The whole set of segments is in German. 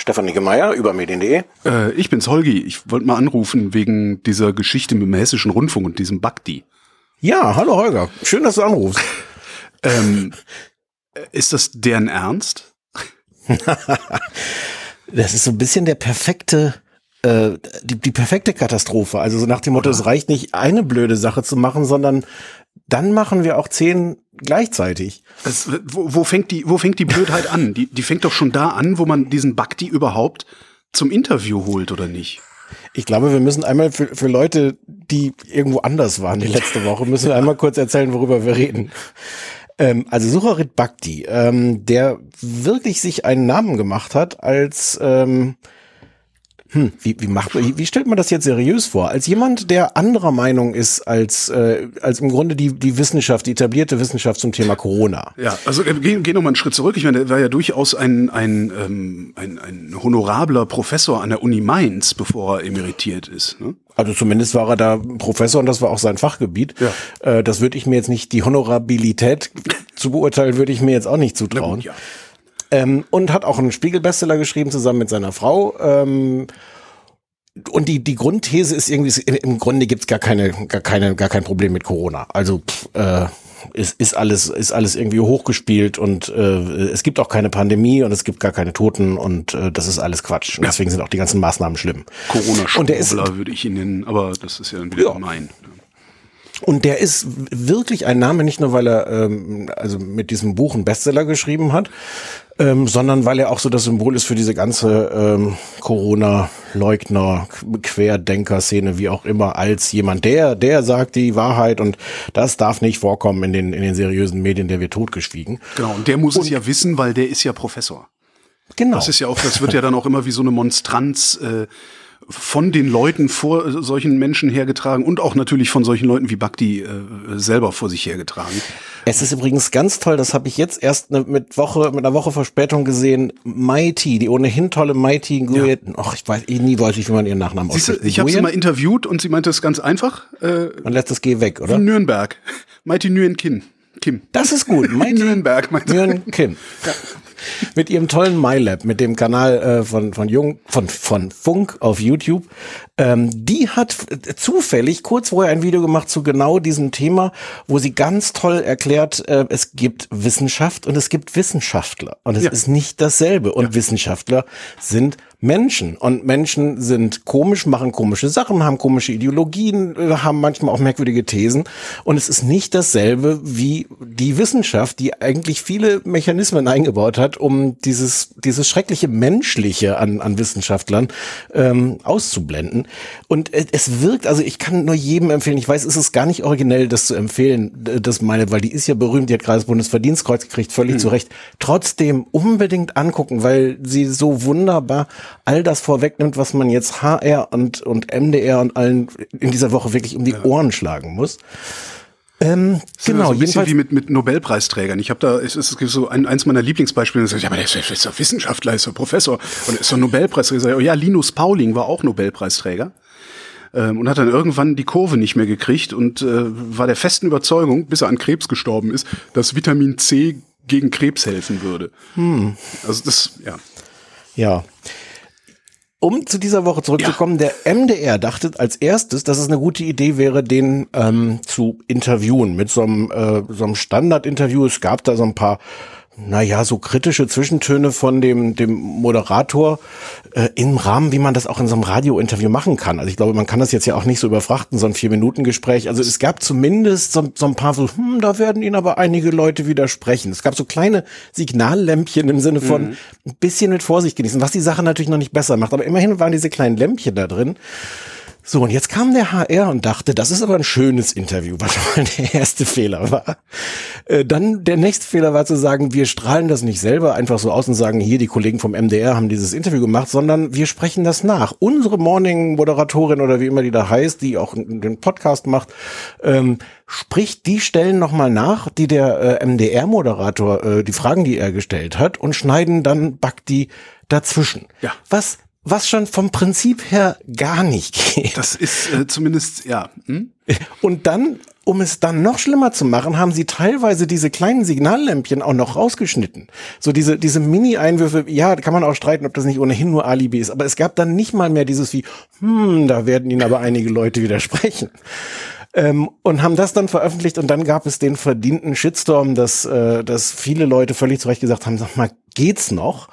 Stefan Niggemeier über Medien.de. Ich bin's, Holgi. Ich wollte mal anrufen wegen dieser Geschichte mit dem Hessischen Rundfunk und diesem Bhakti. Ja, hallo Holger. Schön, dass du anrufst. Ist das deren Ernst? Das ist so ein bisschen der perfekte, die perfekte Katastrophe. Also so nach dem Motto, es reicht nicht, eine blöde Sache zu machen, sondern dann machen wir auch 10 gleichzeitig. Wo fängt die Blödheit an? Die fängt doch schon da an, wo man diesen Bhakti überhaupt zum Interview holt, oder nicht? Ich glaube, wir müssen einmal für Leute, die irgendwo anders waren die letzte Woche, müssen wir einmal kurz erzählen, worüber wir reden. Also Sucharit Bhakti, der wirklich sich einen Namen gemacht hat als wie stellt man das jetzt seriös vor? Als jemand, der anderer Meinung ist als im Grunde die Wissenschaft, die etablierte Wissenschaft zum Thema Corona. Ja, also geh noch mal einen Schritt zurück. Ich meine, der war ja durchaus ein honorabler Professor an der Uni Mainz, bevor er emeritiert ist, ne? Also zumindest war er da Professor und das war auch sein Fachgebiet. Ja. Das würde ich mir jetzt nicht, die Honorabilität zu beurteilen, würde ich mir jetzt auch nicht zutrauen. Ja. Und hat auch einen Spiegel-Bestseller geschrieben, zusammen mit seiner Frau. Und die Grundthese ist irgendwie, im Grunde gibt's gar kein Problem mit Corona. Also ist alles irgendwie hochgespielt und es gibt auch keine Pandemie und es gibt gar keine Toten und das ist alles Quatsch. Und deswegen sind auch die ganzen Maßnahmen schlimm. Corona-Schwurbler würde ich ihn nennen, aber das ist ja dann wieder gemein. Und der ist wirklich ein Name, nicht nur, weil er also mit diesem Buch einen Bestseller geschrieben hat, sondern weil er auch so das Symbol ist für diese ganze Corona-Leugner, Querdenker-Szene, wie auch immer, als jemand, der sagt die Wahrheit und das darf nicht vorkommen in den seriösen Medien, der wird totgeschwiegen. Genau, und der muss es ja wissen, weil der ist ja Professor. Genau. Das wird ja dann auch immer wie so eine Monstranz von den Leuten vor solchen Menschen hergetragen und auch natürlich von solchen Leuten wie Bhakti selber vor sich hergetragen. Es ist übrigens ganz toll, das habe ich jetzt erst mit einer Woche Verspätung gesehen, Mighty, die ohnehin tolle Mighty Nguyen. Ach, nie weiß ich, wie man ihren Nachnamen ausspricht. Ich habe sie mal interviewt und sie meinte es ganz einfach. Man lässt das G weg, oder? Von Nürnberg. Mighty Nguyen Kim. Das ist gut. Mighty Nürnberg. Nguyen Kim. Ja. Mit ihrem tollen MyLab, mit dem Kanal von Funk auf YouTube. Die hat zufällig kurz vorher ein Video gemacht zu genau diesem Thema, wo sie ganz toll erklärt, es gibt Wissenschaft und es gibt Wissenschaftler. Und es ist nicht dasselbe. Und Wissenschaftler sind Menschen. Und Menschen sind komisch, machen komische Sachen, haben komische Ideologien, haben manchmal auch merkwürdige Thesen. Und es ist nicht dasselbe wie die Wissenschaft, die eigentlich viele Mechanismen eingebaut hat, um dieses schreckliche Menschliche an Wissenschaftlern auszublenden. Und es wirkt, also ich kann nur jedem empfehlen, ich weiß, es ist gar nicht originell, das zu empfehlen, weil die ist ja berühmt, die hat gerade das Bundesverdienstkreuz gekriegt, völlig zu Recht. Trotzdem unbedingt angucken, weil sie so wunderbar all das vorwegnimmt, was man jetzt HR und MDR und allen in dieser Woche wirklich um die Ohren schlagen muss. Genau, so ein bisschen wie mit Nobelpreisträgern. Ich habe es gibt so eins meiner Lieblingsbeispiele, ja, aber der ist doch Wissenschaftler, ist doch Professor und ist doch Nobelpreisträger. Ja, Linus Pauling war auch Nobelpreisträger und hat dann irgendwann die Kurve nicht mehr gekriegt und war der festen Überzeugung, bis er an Krebs gestorben ist, dass Vitamin C gegen Krebs helfen würde. Also das, Ja. Um zu dieser Woche zurückzukommen, der MDR dachte als erstes, dass es eine gute Idee wäre, den zu interviewen mit so einem Standardinterview. Es gab da so ein paar, so kritische Zwischentöne von dem Moderator im Rahmen, wie man das auch in so einem Radiointerview machen kann. Also ich glaube, man kann das jetzt ja auch nicht so überfrachten, so ein 4-Minuten-Gespräch. Also es gab zumindest so ein paar da werden Ihnen aber einige Leute widersprechen. Es gab so kleine Signallämpchen im Sinne von ein bisschen mit Vorsicht genießen, was die Sache natürlich noch nicht besser macht. Aber immerhin waren diese kleinen Lämpchen da drin. So, und jetzt kam der HR und dachte, das ist aber ein schönes Interview, was schon mal der erste Fehler war. Dann der nächste Fehler war zu sagen, wir strahlen das nicht selber einfach so aus und sagen, hier, die Kollegen vom MDR haben dieses Interview gemacht, sondern wir sprechen das nach. Unsere Morning-Moderatorin oder wie immer die da heißt, die auch den Podcast macht, spricht die Stellen nochmal nach, die der MDR-Moderator, die Fragen, die er gestellt hat, und schneiden dann Bhakti dazwischen. Ja. Was Was schon vom Prinzip her gar nicht geht. Das ist zumindest, ja. Und dann, um es dann noch schlimmer zu machen, haben sie teilweise diese kleinen Signallämpchen auch noch rausgeschnitten. So diese Mini-Einwürfe, ja, kann man auch streiten, ob das nicht ohnehin nur Alibi ist. Aber es gab dann nicht mal mehr dieses wie, da werden ihnen aber einige Leute widersprechen. Und haben das dann veröffentlicht und dann gab es den verdienten Shitstorm, dass viele Leute völlig zu Recht gesagt haben, sag mal, geht's noch?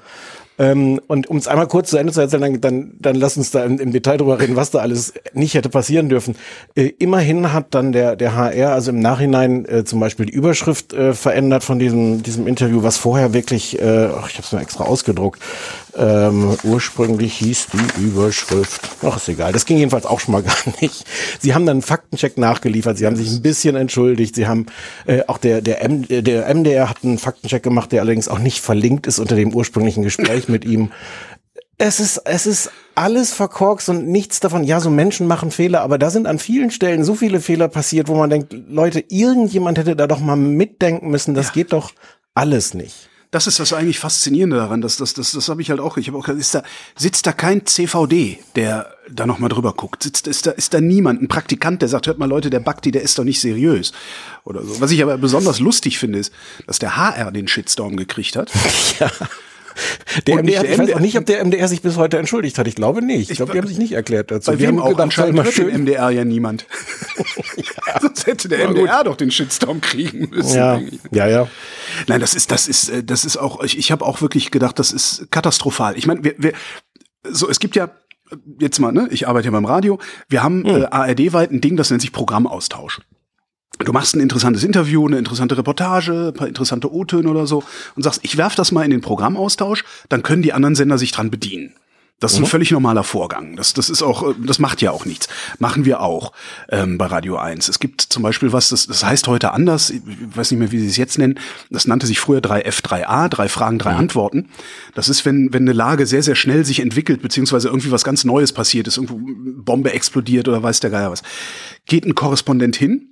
Und um es einmal kurz zu Ende zu erzählen, dann lass uns da im Detail drüber reden, was da alles nicht hätte passieren dürfen. Immerhin hat dann der HR, also im Nachhinein zum Beispiel die Überschrift verändert von diesem Interview, was vorher wirklich, ich habe es mir extra ausgedruckt, ursprünglich hieß die Überschrift, ist egal, das ging jedenfalls auch schon mal gar nicht. Sie haben dann einen Faktencheck nachgeliefert, sie haben sich ein bisschen entschuldigt, sie haben auch der MDR hat einen Faktencheck gemacht, der allerdings auch nicht verlinkt ist unter dem ursprünglichen Gespräch mit ihm. Es ist alles verkorkst und nichts davon. Ja, so Menschen machen Fehler, aber da sind an vielen Stellen so viele Fehler passiert, wo man denkt, Leute, irgendjemand hätte da doch mal mitdenken müssen. Das geht doch alles nicht. Das ist das eigentlich Faszinierende daran. Das habe ich halt auch. Ich habe auch gesagt, sitzt da kein CVD, der da noch mal drüber guckt. Ist da niemand, ein Praktikant, der sagt, hört mal Leute, der Bakti, der ist doch nicht seriös oder so. Was ich aber besonders lustig finde, ist, dass der HR den Shitstorm gekriegt hat. Ja. Ich weiß auch nicht, ob der MDR sich bis heute entschuldigt hat. Ich glaube nicht. Ich glaube, die haben sich nicht erklärt dazu. Bei wem auch anscheinend hört im MDR ja niemand. Ja. Sonst hätte der MDR doch den Shitstorm kriegen müssen. Ja. Nein, das ist auch, ich habe auch wirklich gedacht, das ist katastrophal. Ich meine, es gibt ja, jetzt mal, ich arbeite ja beim Radio, wir haben ARD-weit ein Ding, das nennt sich Programmaustausch. Du machst ein interessantes Interview, eine interessante Reportage, ein paar interessante O-Töne oder so und sagst, ich werf das mal in den Programmaustausch, dann können die anderen Sender sich dran bedienen. Das ist ein völlig normaler Vorgang. Das ist auch, das macht ja auch nichts. Machen wir auch bei Radio 1. Es gibt zum Beispiel was, das heißt heute anders, ich weiß nicht mehr, wie sie es jetzt nennen, das nannte sich früher 3F, 3A, 3 Fragen, 3 Antworten. Das ist, wenn eine Lage sehr, sehr schnell sich entwickelt, beziehungsweise irgendwie was ganz Neues passiert ist, irgendwo Bombe explodiert oder weiß der Geier was. Geht ein Korrespondent hin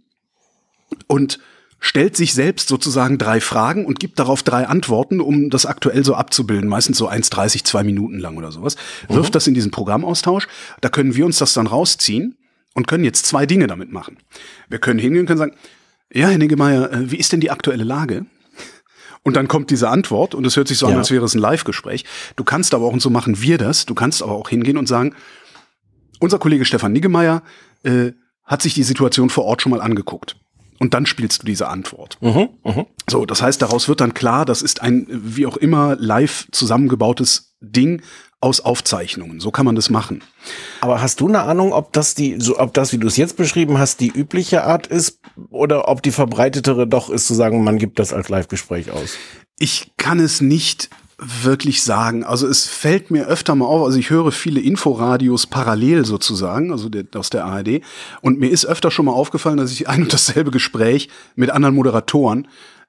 und stellt sich selbst sozusagen 3 Fragen und gibt darauf 3 Antworten, um das aktuell so abzubilden, meistens so 1,30, 2 Minuten lang oder sowas. Wirft das in diesen Programmaustausch, da können wir uns das dann rausziehen und können jetzt 2 Dinge damit machen. Wir können hingehen und können sagen, ja, Herr Niggemeier, wie ist denn die aktuelle Lage? Und dann kommt diese Antwort und es hört sich so an, als wäre es ein Live-Gespräch. Du kannst aber auch, und so machen wir das, du kannst aber auch hingehen und sagen, unser Kollege Stefan Niggemeier hat sich die Situation vor Ort schon mal angeguckt. Und dann spielst du diese Antwort. So, das heißt, daraus wird dann klar, das ist ein, wie auch immer, live zusammengebautes Ding aus Aufzeichnungen. So kann man das machen. Aber hast du eine Ahnung, ob das, wie du es jetzt beschrieben hast, die übliche Art ist oder ob die verbreitetere doch ist, zu sagen, man gibt das als Live-Gespräch aus? Ich kann es nicht wirklich sagen. Also es fällt mir öfter mal auf, also ich höre viele Inforadios parallel sozusagen, also aus der ARD, und mir ist öfter schon mal aufgefallen, dass ich ein und dasselbe Gespräch mit anderen Moderatoren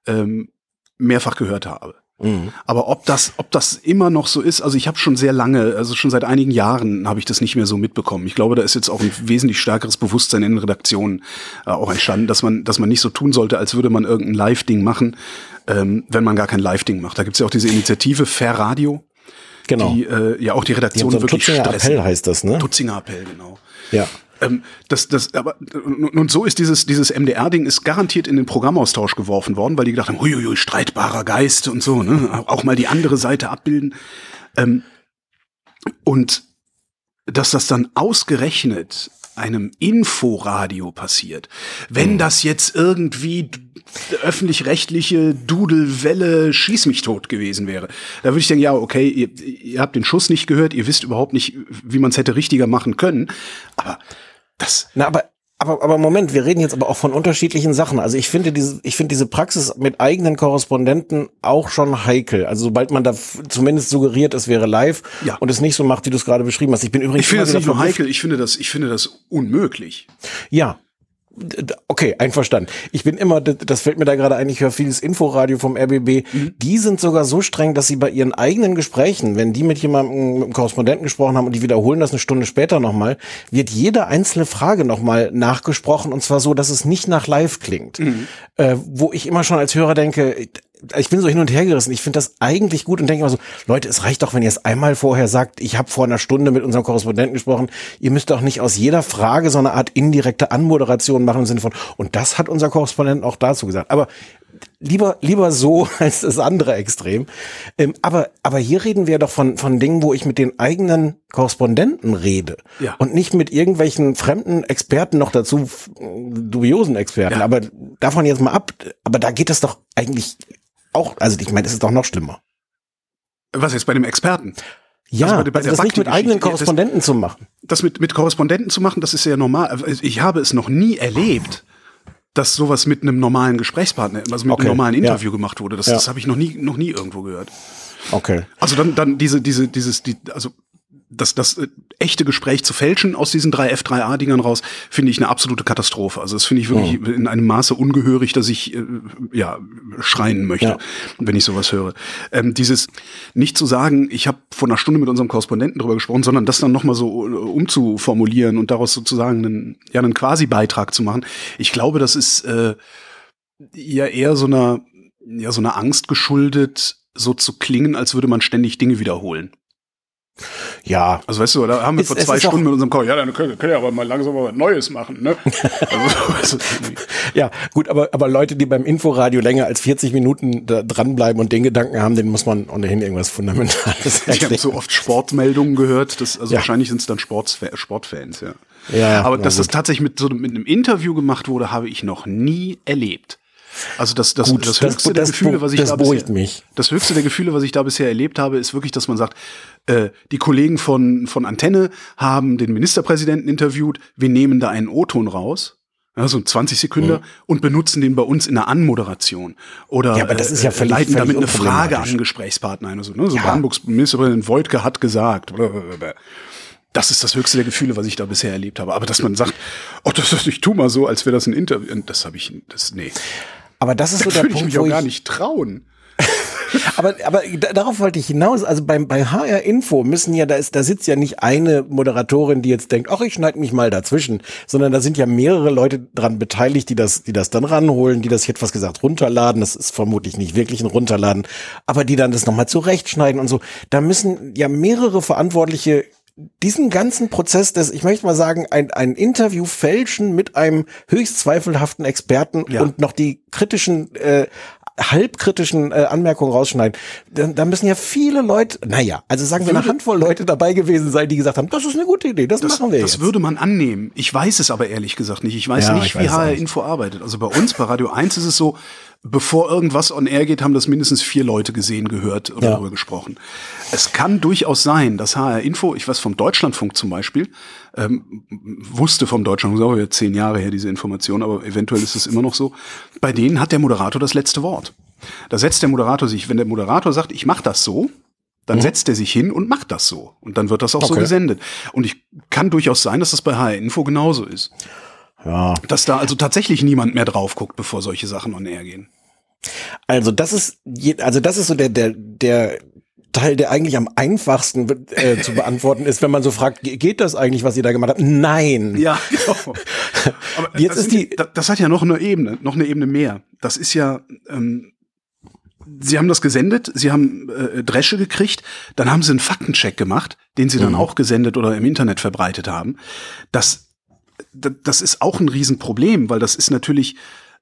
mehrfach gehört habe. Aber ob das immer noch so ist, also ich habe schon sehr lange, also schon seit einigen Jahren habe ich das nicht mehr so mitbekommen. Ich glaube, da ist jetzt auch ein wesentlich stärkeres Bewusstsein in den Redaktionen auch entstanden, dass man nicht so tun sollte, als würde man irgendein Live-Ding machen, wenn man gar kein Live-Ding macht. Da gibt's ja auch diese Initiative Fair Radio, die ja auch die Redaktion so wirklich stressen. Tutzinger Appell heißt das, ne? Tutzinger Appell, genau. Ja. Aber und so ist dieses MDR-Ding ist garantiert in den Programmaustausch geworfen worden, weil die gedacht haben, huiuiui, streitbarer Geist und so, ne, auch mal die andere Seite abbilden. Und dass das dann ausgerechnet einem Inforadio passiert, wenn das jetzt irgendwie öffentlich-rechtliche Dudelwelle schieß mich tot gewesen wäre, da würde ich denken, ja, okay, ihr habt den Schuss nicht gehört, ihr wisst überhaupt nicht, wie man es hätte richtiger machen können, aber das... Aber Moment, wir reden jetzt aber auch von unterschiedlichen Sachen. Also ich finde diese Praxis mit eigenen Korrespondenten auch schon heikel. Also sobald man da zumindest suggeriert, es wäre live und es nicht so macht, wie du es gerade beschrieben hast. Ich finde das nicht nur heikel, ich finde das unmöglich. Ja. Okay, einverstanden. Ich bin immer, das fällt mir da gerade ein, ich höre vieles Inforadio vom RBB, die sind sogar so streng, dass sie bei ihren eigenen Gesprächen, wenn die mit jemandem, mit einem Korrespondenten gesprochen haben und die wiederholen das eine Stunde später nochmal, wird jede einzelne Frage nochmal nachgesprochen und zwar so, dass es nicht nach live klingt. Wo ich immer schon als Hörer denke, ich bin so hin und her gerissen. Ich finde das eigentlich gut und denke immer so, Leute, es reicht doch, wenn ihr es einmal vorher sagt, ich habe vor einer Stunde mit unserem Korrespondenten gesprochen. Ihr müsst doch nicht aus jeder Frage so eine Art indirekte Anmoderation machen im Sinne von, und das hat unser Korrespondent auch dazu gesagt. Aber lieber so als das andere Extrem. Aber hier reden wir doch von Dingen, wo ich mit den eigenen Korrespondenten rede. Ja. Und nicht mit irgendwelchen fremden Experten noch dazu, dubiosen Experten. Ja. Aber davon jetzt mal ab. Aber da geht es doch eigentlich auch, also ich meine, es ist doch noch schlimmer. Was jetzt bei dem Experten? Ja, also bei das nicht mit eigenen Korrespondenten zu machen. Das mit Korrespondenten zu machen, das ist ja normal. Ich habe es noch nie erlebt, dass sowas mit einem normalen Gesprächspartner, also mit einem normalen Interview gemacht wurde. Das habe ich noch nie irgendwo gehört. Okay. Also dann das echte Gespräch zu fälschen aus diesen 3 F3A-Dingern raus, finde ich eine absolute Katastrophe. Also das finde ich wirklich in einem Maße ungehörig, dass ich schreien möchte, wenn ich sowas höre. Dieses nicht zu sagen, ich habe vor einer Stunde mit unserem Korrespondenten drüber gesprochen, sondern das dann nochmal so umzuformulieren und daraus sozusagen einen Quasi-Beitrag zu machen. Ich glaube, das ist ja eher so einer Angst geschuldet, so zu klingen, als würde man ständig Dinge wiederholen. Ja. Also weißt du, da haben wir vor 2 Stunden mit unserem Koch, dann können ja aber mal langsam mal was Neues machen, ne? Also, ja, gut, aber Leute, die beim Inforadio länger als 40 Minuten da dranbleiben und den Gedanken haben, denen muss man ohnehin irgendwas Fundamentales erklären. Ich habe so oft Sportmeldungen gehört, wahrscheinlich sind es dann Sportfans, ja. Ja, aber dass das tatsächlich mit einem Interview gemacht wurde, habe ich noch nie erlebt. Also das höchste der Gefühle, was ich da bisher erlebt habe, ist wirklich, dass man sagt, die Kollegen von Antenne haben den Ministerpräsidenten interviewt, wir nehmen da einen O-Ton raus, so 20 Sekunden, und benutzen den bei uns in der Anmoderation. Oder aber das ist ja leiten damit eine Frage an Gesprächspartner ein. So Brandenburgs Ministerpräsident Woidke hat gesagt. Das ist das höchste der Gefühle, was ich da bisher erlebt habe. Aber dass man sagt, ich tu mal so, als wäre das ein Interview, nee. Aber das ist so der Punkt, wo ich mich auch gar nicht trauen. aber darauf wollte ich hinaus. Also bei HR Info müssen ja, da sitzt ja nicht eine Moderatorin, die jetzt denkt, ach, ich schneide mich mal dazwischen, sondern da sind ja mehrere Leute dran beteiligt, die das dann ranholen, die das, ich hätte fast gesagt, runterladen. Das ist vermutlich nicht wirklich ein Runterladen, aber die dann das nochmal zurechtschneiden und so. Da müssen ja mehrere Verantwortliche diesen ganzen Prozess ich möchte mal sagen, ein Interview fälschen mit einem höchst zweifelhaften Experten und noch die kritischen, halbkritischen Anmerkungen rausschneiden. Da müssen ja viele Leute, also sagen wir eine Handvoll Leute dabei gewesen sein, die gesagt haben, das ist eine gute Idee, das machen wir jetzt. Das würde man annehmen. Ich weiß es aber ehrlich gesagt nicht. Ich weiß nicht, wie HR Info arbeitet. Also bei uns, bei Radio 1 ist es so, bevor irgendwas on air geht, haben das mindestens 4 Leute gesehen, gehört oder darüber gesprochen. Es kann durchaus sein, dass HR Info, ich weiß vom Deutschlandfunk zum Beispiel, wusste vom Deutschlandfunk, das ist auch ja 10 Jahre her, diese Information, aber eventuell ist es immer noch so, bei denen hat der Moderator das letzte Wort. Da setzt der Moderator sich, wenn der Moderator sagt, ich mache das so, dann setzt er sich hin und macht das so. Und dann wird das auch so gesendet. Und kann durchaus sein, dass das bei HR Info genauso ist. Ja. Dass da also tatsächlich niemand mehr drauf guckt, bevor solche Sachen on air gehen. Also das ist so der Teil, der eigentlich am einfachsten zu beantworten ist, wenn man so fragt, geht das eigentlich, was ihr da gemacht habt? Nein. Ja, genau. Aber jetzt das hat ja noch eine Ebene mehr. Das ist ja, Sie haben das gesendet, Sie haben Dresche gekriegt, dann haben Sie einen Faktencheck gemacht, den Sie dann auch gesendet oder im Internet verbreitet haben. Das ist auch ein Riesenproblem, weil das ist natürlich,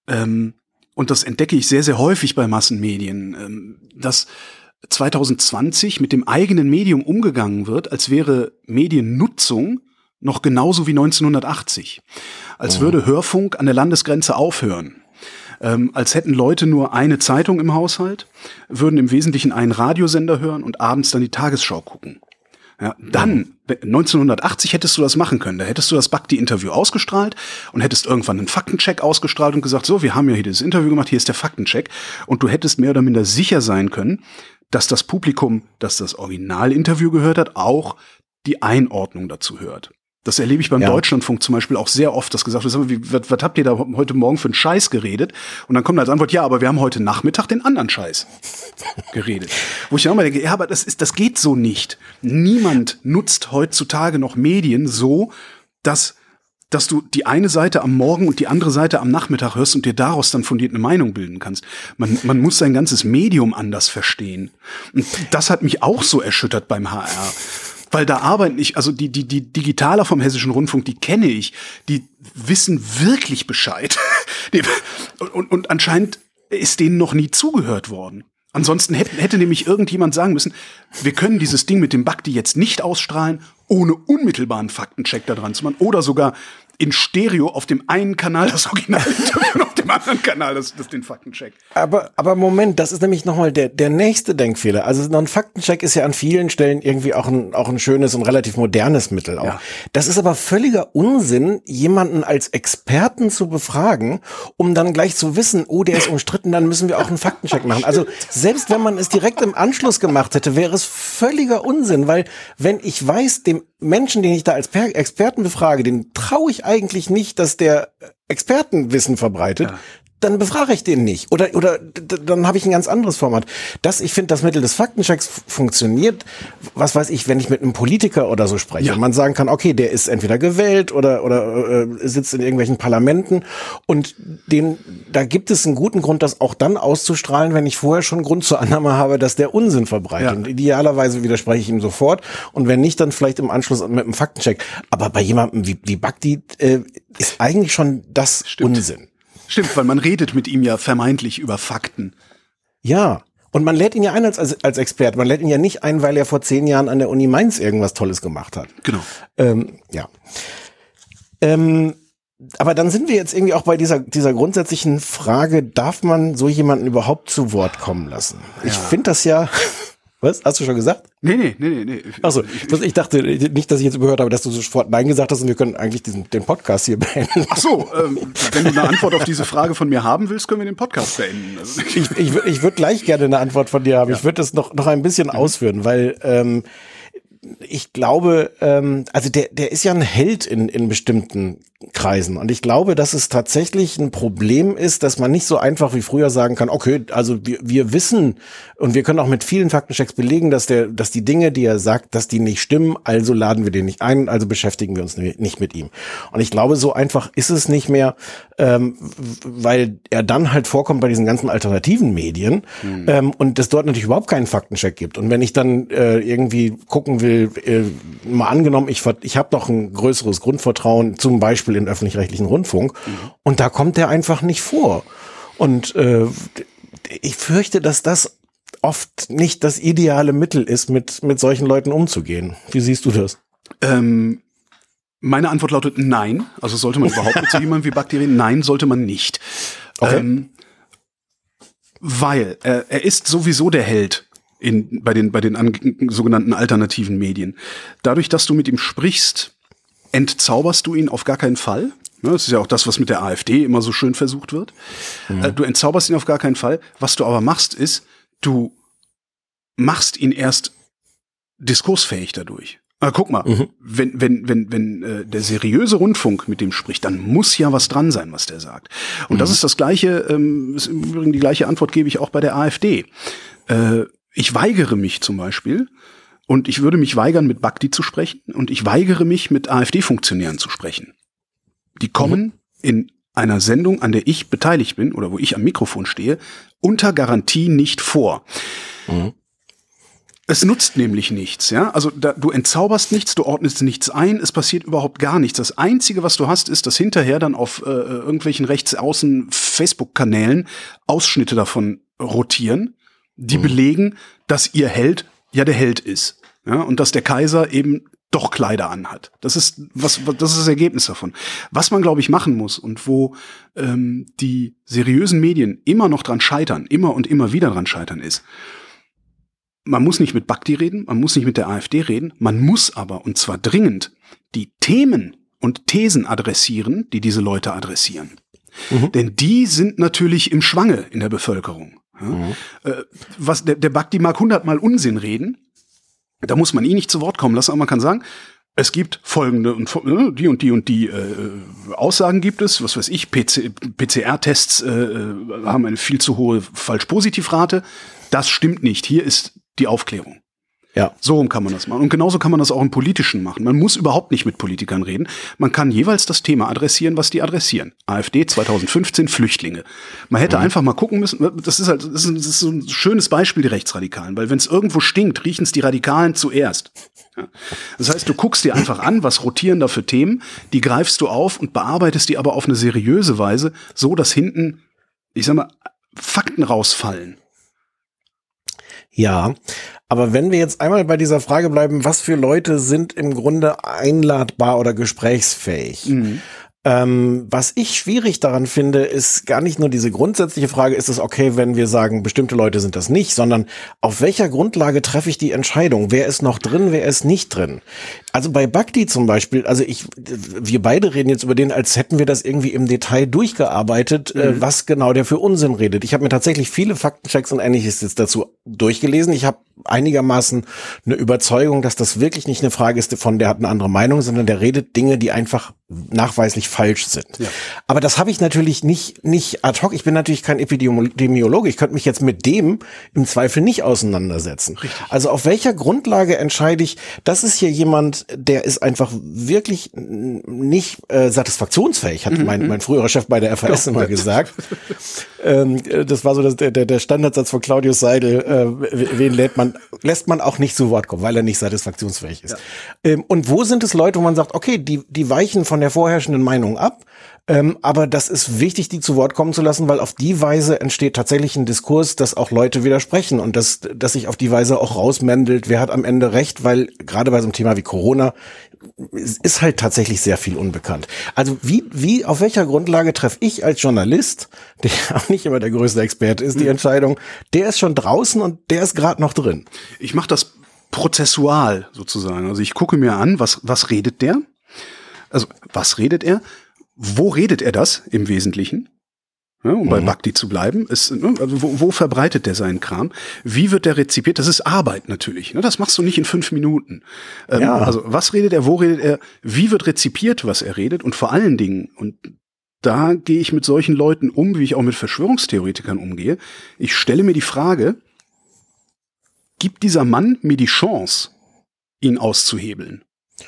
und das entdecke ich sehr, sehr häufig bei Massenmedien, dass 2020 mit dem eigenen Medium umgegangen wird, als wäre Mediennutzung noch genauso wie 1980. Als würde Hörfunk an der Landesgrenze aufhören. Als hätten Leute nur eine Zeitung im Haushalt, würden im Wesentlichen einen Radiosender hören und abends dann die Tagesschau gucken. Ja, dann, 1980 hättest du das machen können. Da hättest du das Bakti-Interview ausgestrahlt und hättest irgendwann einen Faktencheck ausgestrahlt und gesagt, so, wir haben ja hier dieses Interview gemacht, hier ist der Faktencheck. Und du hättest mehr oder minder sicher sein können, dass das Publikum, das das Originalinterview gehört hat, auch die Einordnung dazu hört. Das erlebe ich beim Deutschlandfunk zum Beispiel auch sehr oft, dass gesagt wird, was habt ihr da heute Morgen für einen Scheiß geredet? Und dann kommt als Antwort, ja, aber wir haben heute Nachmittag den anderen Scheiß geredet. Wo ich dann auch mal denke, ja, aber das geht so nicht. Niemand nutzt heutzutage noch Medien so, dass dass du die eine Seite am Morgen und die andere Seite am Nachmittag hörst und dir daraus dann fundiert eine Meinung bilden kannst. Man muss sein ganzes Medium anders verstehen. Und das hat mich auch so erschüttert beim HR. Weil da arbeiten die Digitaler vom Hessischen Rundfunk, die kenne ich, die wissen wirklich Bescheid. Und anscheinend ist denen noch nie zugehört worden. Ansonsten hätte nämlich irgendjemand sagen müssen, wir können dieses Ding mit dem Bhakti jetzt nicht ausstrahlen, ohne unmittelbaren Faktencheck da dran zu machen. Oder sogar in Stereo auf dem einen Kanal das Original und auf dem anderen Kanal das den Faktencheck. Aber Moment, das ist nämlich nochmal der nächste Denkfehler. Also ein Faktencheck ist ja an vielen Stellen irgendwie auch ein schönes und relativ modernes Mittel auch. Ja. Das ist aber völliger Unsinn, jemanden als Experten zu befragen, um dann gleich zu wissen, oh, der ist umstritten, dann müssen wir auch einen Faktencheck machen. Also selbst wenn man es direkt im Anschluss gemacht hätte, wäre es völliger Unsinn, weil wenn ich weiß, dem Menschen, den ich da als Experten befrage, den traue ich eigentlich nicht, dass der Expertenwissen verbreitet, dann befrage ich den nicht. Oder dann habe ich ein ganz anderes Format. Ich finde, das Mittel des Faktenchecks funktioniert, was weiß ich, wenn ich mit einem Politiker oder so spreche und man sagen kann, okay, der ist entweder gewählt oder sitzt in irgendwelchen Parlamenten und da gibt es einen guten Grund, das auch dann auszustrahlen, wenn ich vorher schon Grund zur Annahme habe, dass der Unsinn verbreitet. Und idealerweise widerspreche ich ihm sofort und wenn nicht, dann vielleicht im Anschluss mit einem Faktencheck. Aber bei jemandem wie Bhakti ist eigentlich schon das Unsinn. Stimmt, weil man redet mit ihm ja vermeintlich über Fakten. Ja, und man lädt ihn ja ein als Expert. Man lädt ihn ja nicht ein, weil er vor 10 Jahren an der Uni Mainz irgendwas Tolles gemacht hat. Genau. Aber dann sind wir jetzt irgendwie auch bei dieser grundsätzlichen Frage, darf man so jemanden überhaupt zu Wort kommen lassen? Ich finde das ja... Was? Hast du schon gesagt? Nee. Achso, ich dachte nicht, dass ich jetzt überhört habe, dass du sofort Nein gesagt hast und wir können eigentlich den Podcast hier beenden. Ach so, wenn du eine Antwort auf diese Frage von mir haben willst, können wir den Podcast beenden. Also ich würde gleich gerne eine Antwort von dir haben. Ja. Ich würde das noch ein bisschen ausführen, weil ich glaube, also der ist ja ein Held in bestimmten Kreisen und ich glaube, dass es tatsächlich ein Problem ist, dass man nicht so einfach wie früher sagen kann, okay, also wir wissen und wir können auch mit vielen Faktenchecks belegen, dass die Dinge, die er sagt, dass die nicht stimmen, also laden wir den nicht ein, also beschäftigen wir uns nicht mit ihm. Und ich glaube, so einfach ist es nicht mehr, weil er dann halt vorkommt bei diesen ganzen alternativen Medien und es dort natürlich überhaupt keinen Faktencheck gibt. Und wenn ich dann irgendwie gucken will, mal angenommen, ich habe doch ein größeres Grundvertrauen, zum Beispiel in öffentlich-rechtlichen Rundfunk, und da kommt der einfach nicht vor. Und ich fürchte, dass das oft nicht das ideale Mittel ist, mit solchen Leuten umzugehen. Wie siehst du das? Meine Antwort lautet nein. Also sollte man überhaupt mit so jemandem wie Bhakti reden? Nein, sollte man nicht. Okay. Weil er ist sowieso der Held bei den sogenannten alternativen Medien. Dadurch, dass du mit ihm sprichst, entzauberst du ihn auf gar keinen Fall. Das ist ja auch das, was mit der AfD immer so schön versucht wird. Du entzauberst ihn auf gar keinen Fall. Was du aber machst, ist, du machst ihn erst diskursfähig dadurch. Guck mal, wenn der seriöse Rundfunk mit dem spricht, dann muss ja was dran sein, was der sagt. Und das ist das Gleiche, ist im Übrigen die gleiche Antwort gebe ich auch bei der AfD. Ich weigere mich zum Beispiel, und ich würde mich weigern, mit Bhakti zu sprechen, und ich weigere mich, mit AfD-Funktionären zu sprechen. Die kommen in einer Sendung, an der ich beteiligt bin, oder wo ich am Mikrofon stehe, unter Garantie nicht vor. Es nutzt nämlich nichts, ja. Also du entzauberst nichts, du ordnest nichts ein, es passiert überhaupt gar nichts. Das Einzige, was du hast, ist, dass hinterher dann auf irgendwelchen rechtsaußen Facebook-Kanälen Ausschnitte davon rotieren, die belegen, dass ihr Held ja der Held ist, ja, und dass der Kaiser eben doch Kleider anhat. Das ist das Ergebnis davon. Was man, glaube ich, machen muss und wo die seriösen Medien immer noch dran scheitern, immer und immer wieder dran scheitern, ist: Man muss nicht mit Bhakti reden, man muss nicht mit der AfD reden, man muss aber, und zwar dringend, die Themen und Thesen adressieren, die diese Leute adressieren. Denn die sind natürlich im Schwange in der Bevölkerung. Ja? Der Bhakti mag 100-mal Unsinn reden, da muss man ihn nicht zu Wort kommen lassen, aber man kann sagen, es gibt folgende und die Aussagen gibt es, was weiß ich, PCR-Tests haben eine viel zu hohe Falsch-Positiv-Rate, das stimmt nicht, hier ist die Aufklärung. Ja. So rum kann man das machen. Und genauso kann man das auch im Politischen machen. Man muss überhaupt nicht mit Politikern reden. Man kann jeweils das Thema adressieren, was die adressieren. AfD 2015, Flüchtlinge. Man hätte einfach mal gucken müssen, das ist so ein schönes Beispiel, die Rechtsradikalen, weil wenn es irgendwo stinkt, riechen es die Radikalen zuerst. Ja. Das heißt, du guckst dir einfach an, was rotieren da für Themen, die greifst du auf und bearbeitest die aber auf eine seriöse Weise, so dass hinten, ich sag mal, Fakten rausfallen. Ja, aber wenn wir jetzt einmal bei dieser Frage bleiben, was für Leute sind im Grunde einladbar oder gesprächsfähig? Was ich schwierig daran finde, ist gar nicht nur diese grundsätzliche Frage, ist es okay, wenn wir sagen, bestimmte Leute sind das nicht, sondern auf welcher Grundlage treffe ich die Entscheidung? Wer ist noch drin, wer ist nicht drin? Also bei Bhakti zum Beispiel, wir beide reden jetzt über den, als hätten wir das irgendwie im Detail durchgearbeitet, was genau der für Unsinn redet. Ich habe mir tatsächlich viele Faktenchecks und Ähnliches jetzt dazu durchgelesen. Ich habe einigermaßen eine Überzeugung, dass das wirklich nicht eine Frage ist, von der hat eine andere Meinung, sondern der redet Dinge, die einfach nachweislich falsch sind. Ja. Aber das habe ich natürlich nicht ad hoc. Ich bin natürlich kein Epidemiologe. Ich könnte mich jetzt mit dem im Zweifel nicht auseinandersetzen. Richtig. Also auf welcher Grundlage entscheide ich, das ist hier jemand, der ist einfach wirklich nicht satisfaktionsfähig, hat mein früherer Chef bei der FAS immer gesagt. Das war so der Standardsatz von Claudius Seidel, wen lässt man auch nicht zu Wort kommen, weil er nicht satisfaktionsfähig ist. Ja. Und wo sind es Leute, wo man sagt, okay, die weichen von der vorherrschenden Meinung ab, aber das ist wichtig, die zu Wort kommen zu lassen, weil auf die Weise entsteht tatsächlich ein Diskurs, dass auch Leute widersprechen und dass sich auf die Weise auch rausmändelt, wer hat am Ende recht, weil gerade bei so einem Thema wie Corona ist halt tatsächlich sehr viel unbekannt. Also auf welcher Grundlage treffe ich als Journalist, der auch nicht immer der größte Experte ist, die Entscheidung, der ist schon draußen und der ist gerade noch drin? Ich mache das prozessual sozusagen. Also ich gucke mir an, was redet der? Also was redet er? Wo redet er das im Wesentlichen? Ja, um bei Bhakti zu bleiben. Also wo verbreitet der seinen Kram? Wie wird der rezipiert? Das ist Arbeit natürlich. Das machst du nicht in 5 Minuten. Also was redet er? Wo redet er? Wie wird rezipiert, was er redet? Und vor allen Dingen, und da gehe ich mit solchen Leuten um, wie ich auch mit Verschwörungstheoretikern umgehe. Ich stelle mir die Frage, gibt dieser Mann mir die Chance, ihn auszuhebeln?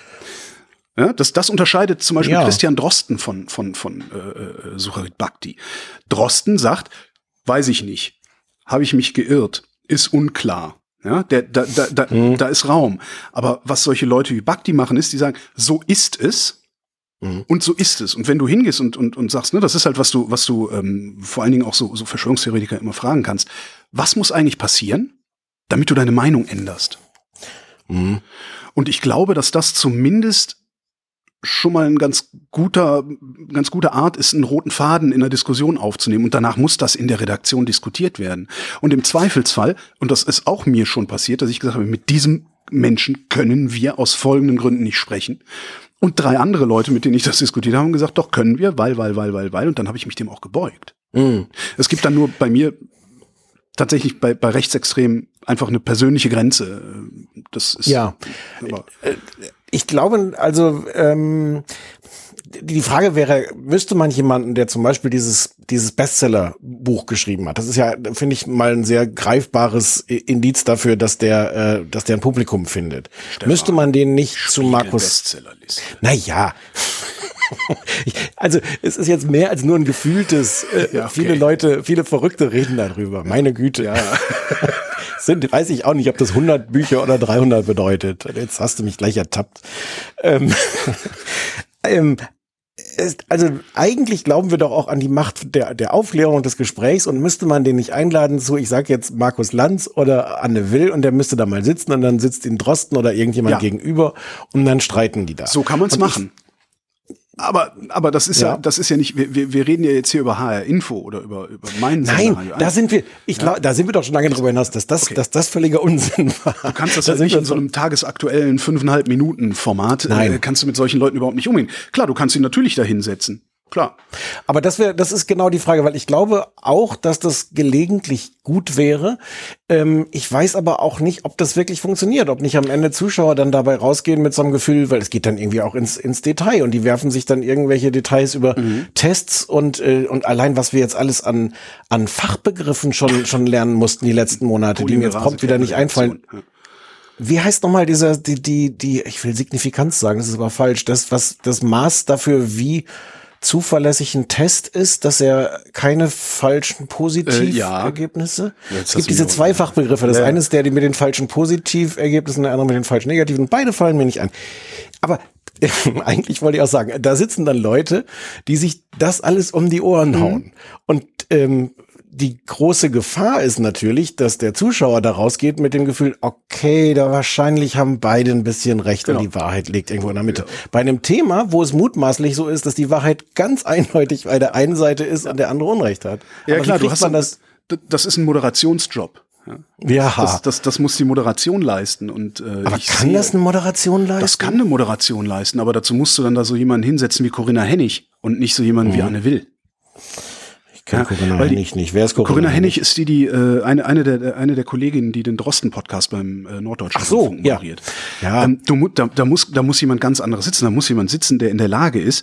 Ja, das unterscheidet zum Beispiel Christian Drosten von Sucharit Bhakti. Drosten sagt, weiß ich nicht, habe ich mich geirrt, ist unklar. Ja, da ist Raum. Aber was solche Leute wie Bhakti machen, ist, die sagen, so ist es und so ist es. Und wenn du hingehst und sagst, das ist halt, was du vor allen Dingen auch so Verschwörungstheoretiker immer fragen kannst, was muss eigentlich passieren, damit du deine Meinung änderst? Und ich glaube, dass das zumindest schon mal ein ganz gute Art ist, einen roten Faden in der Diskussion aufzunehmen. Und danach muss das in der Redaktion diskutiert werden. Und im Zweifelsfall, und das ist auch mir schon passiert, dass ich gesagt habe, mit diesem Menschen können wir aus folgenden Gründen nicht sprechen. Und 3 andere Leute, mit denen ich das diskutiert habe, haben gesagt, doch können wir, weil. Und dann habe ich mich dem auch gebeugt. Es gibt dann nur bei mir tatsächlich bei Rechtsextremen einfach eine persönliche Grenze. Das ist ich glaube, also die Frage wäre, wüsste man jemanden, der zum Beispiel dieses Bestseller-Buch geschrieben hat? Das ist ja, finde ich, mal ein sehr greifbares Indiz dafür, dass der ein Publikum findet. Stefan, müsste man den nicht zu Markus... Bestsellerliste. Naja... Also es ist jetzt mehr als nur ein gefühltes, viele Verrückte reden darüber, meine Güte. Ja. Weiß ich auch nicht, ob das 100 Bücher oder 300 bedeutet. Jetzt hast du mich gleich ertappt. Also eigentlich glauben wir doch auch an die Macht der Aufklärung und des Gesprächs und müsste man den nicht einladen zu, ich sag jetzt Markus Lanz oder Anne Will und der müsste da mal sitzen und dann sitzt ihn Drosten oder irgendjemand gegenüber und dann streiten die da. So kann man es machen. Aber das ist das ist ja nicht, wir reden ja jetzt hier über HR Info oder über meinen Sender. Nein, da sind wir doch schon lange darüber hinaus, dass das völliger Unsinn war. Du kannst das halt nicht in so einem tagesaktuellen 5,5 Minuten Format, kannst du mit solchen Leuten überhaupt nicht umgehen. Klar, du kannst sie natürlich da hinsetzen. Klar. Aber das ist genau die Frage, weil ich glaube auch, dass das gelegentlich gut wäre. Ich weiß aber auch nicht, ob das wirklich funktioniert, ob nicht am Ende Zuschauer dann dabei rausgehen mit so einem Gefühl, weil es geht dann irgendwie auch ins Detail und die werfen sich dann irgendwelche Details über Tests und allein, was wir jetzt alles an Fachbegriffen schon lernen mussten die letzten Monate, die mir jetzt prompt wieder nicht einfallen. Wie heißt nochmal ich will Signifikanz sagen, das ist aber falsch, was das Maß dafür, wie zuverlässig ein Test ist, dass er keine falschen Positivergebnisse. Es gibt diese zwei Fachbegriffe. Das eine ist der mit den falschen Positivergebnissen, der andere mit den falschen Negativen. Beide fallen mir nicht an. Aber eigentlich wollte ich auch sagen, da sitzen dann Leute, die sich das alles um die Ohren hauen. Und die große Gefahr ist natürlich, dass der Zuschauer da rausgeht mit dem Gefühl, okay, da wahrscheinlich haben beide ein bisschen recht und die Wahrheit liegt irgendwo in der Mitte. Ja. Bei einem Thema, wo es mutmaßlich so ist, dass die Wahrheit ganz eindeutig bei der einen Seite ist und der andere Unrecht hat. Ja, aber klar, das ist ein Moderationsjob. Ja. Das muss die Moderation leisten. Und, aber kann das eine Moderation leisten? Das kann eine Moderation leisten, aber dazu musst du dann da so jemanden hinsetzen wie Corinna Hennig und nicht so jemanden wie Anne Will. Corinna Hennig nicht. Wer ist Corinna Hennig? Ist eine der Kolleginnen, die den Drosten-Podcast beim Norddeutschen Rundfunk moderiert. Ja. Da muss jemand ganz anderes sitzen. Da muss jemand sitzen, der in der Lage ist,